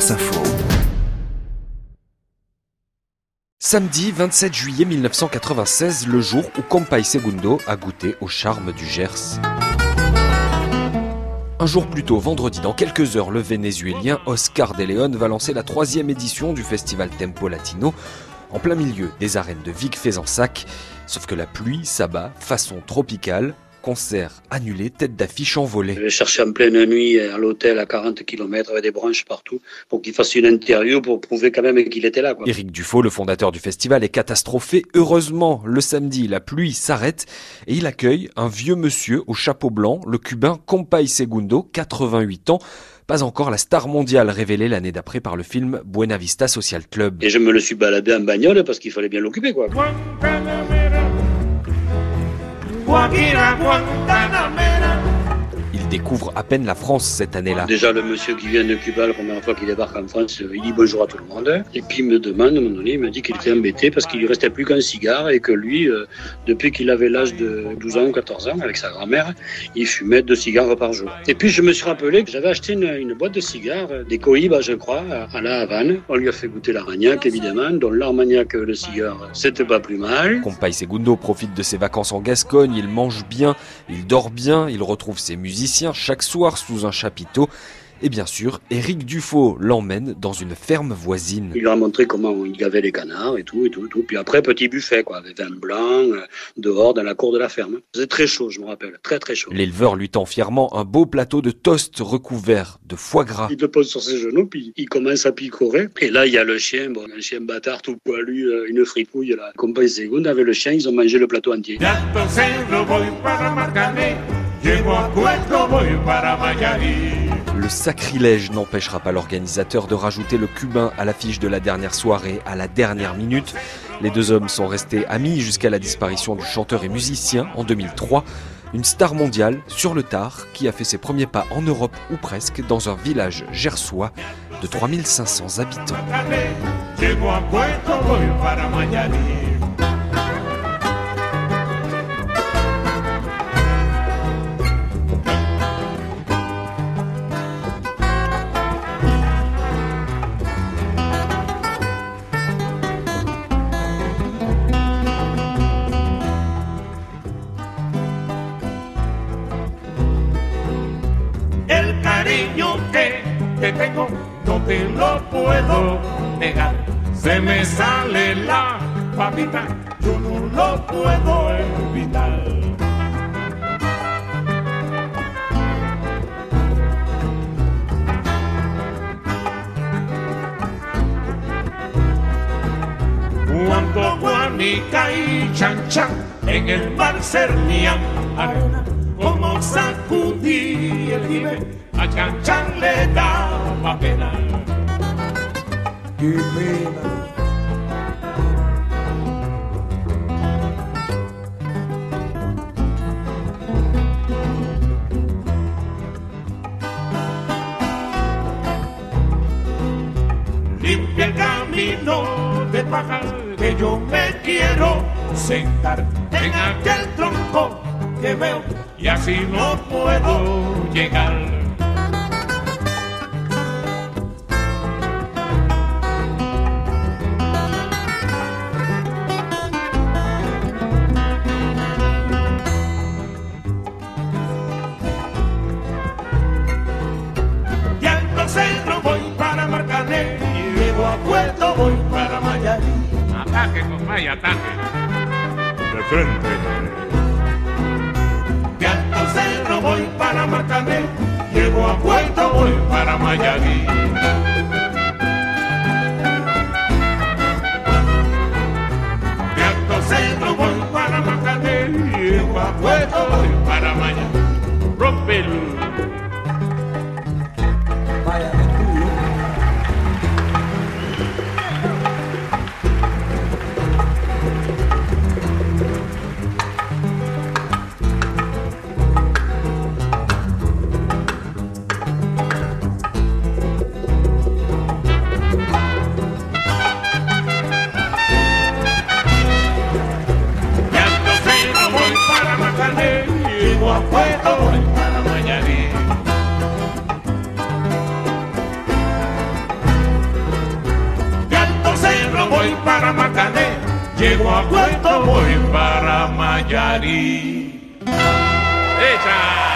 France Info. Samedi 27 juillet 1996, le jour où Compay Segundo a goûté au charme du Gers. Un jour plus tôt, vendredi, dans quelques heures, le Vénézuélien Oscar de León va lancer la 3e édition du festival Tempo Latino, en plein milieu des arènes de Vic-Fezensac. Sauf que la pluie s'abat façon tropicale. Concert annulé, tête d'affiche envolée. Je l'ai cherché en pleine nuit à l'hôtel à 40 km avec des branches partout pour qu'il fasse une interview pour prouver quand même qu'il était là, quoi. Éric Dufaux, le fondateur du festival, est catastrophé. Heureusement, le samedi, la pluie s'arrête et il accueille un vieux monsieur au chapeau blanc, le cubain Compay Segundo, 88 ans. Pas encore la star mondiale révélée l'année d'après par le film Buena Vista Social Club. Et je me le suis baladé en bagnole parce qu'il fallait bien l'occuper, quoi. Il découvre à peine la France cette année-là. Déjà, le monsieur qui vient de Cuba, la première fois qu'il débarque en France, il dit bonjour à tout le monde. Et puis il me demande, à un moment donné, il me dit qu'il était embêté parce qu'il lui restait plus qu'un cigare et que lui, depuis qu'il avait l'âge de 12 ans ou 14 ans, avec sa grand-mère, il fumait 2 cigares par jour. Et puis je me suis rappelé que j'avais acheté une boîte de cigares, des Cohiba, je crois, à La Havane. On lui a fait goûter l'armagnac, évidemment, dont l'armagnac, le cigare, c'était pas plus mal. Compay Segundo profite de ses vacances en Gascogne, il mange bien, il dort bien, il retrouve ses musiciens chaque soir sous un chapiteau. Et bien sûr, Éric Dufaux l'emmène dans une ferme voisine. Il leur a montré comment il gavait les canards et tout. Puis après, petit buffet, quoi, avec vin blanc, dehors, dans la cour de la ferme. C'était très chaud, je me rappelle. Très, très chaud. L'éleveur lui tend fièrement un beau plateau de toast recouvert de foie gras. Il le pose sur ses genoux, puis il commence à picorer. Et là, il y a le chien, un chien bâtard, tout poilu, une fripouille, là. Compay Segundo avec le chien, ils ont mangé le plateau entier. Le sacrilège n'empêchera pas l'organisateur de rajouter le cubain à l'affiche de la dernière soirée à la dernière minute. Les deux hommes sont restés amis jusqu'à la disparition du chanteur et musicien en 2003. Une star mondiale sur le tard qui a fait ses premiers pas en Europe ou presque dans un village gersois de 3500 habitants. Que tengo, no te lo puedo negar. Se me sale la papita, yo no lo puedo evitar. Cuando Juanica y Chan Chan en el mar cernían arena, como sacudí el jibe, a Chan Chan le daba pena. Qué pena. Limpia el camino de paja que yo me quiero sentar en aquel tronco que veo y así no puedo llegar. Centro voy para Marcané y luego a Puerto voy para Mayarí. Ataque, Compay, ataque. De frente. De Alto Cerro voy para Marcané, llego a Puerto voy para Mayarí. De Alto Cerro voy para Marcané, llego a Puerto voy para Mayarí. Rompe el... Llego a Puerto voy para Mayarí. llego a Puerto, voy para Mayarí. ¡Echa!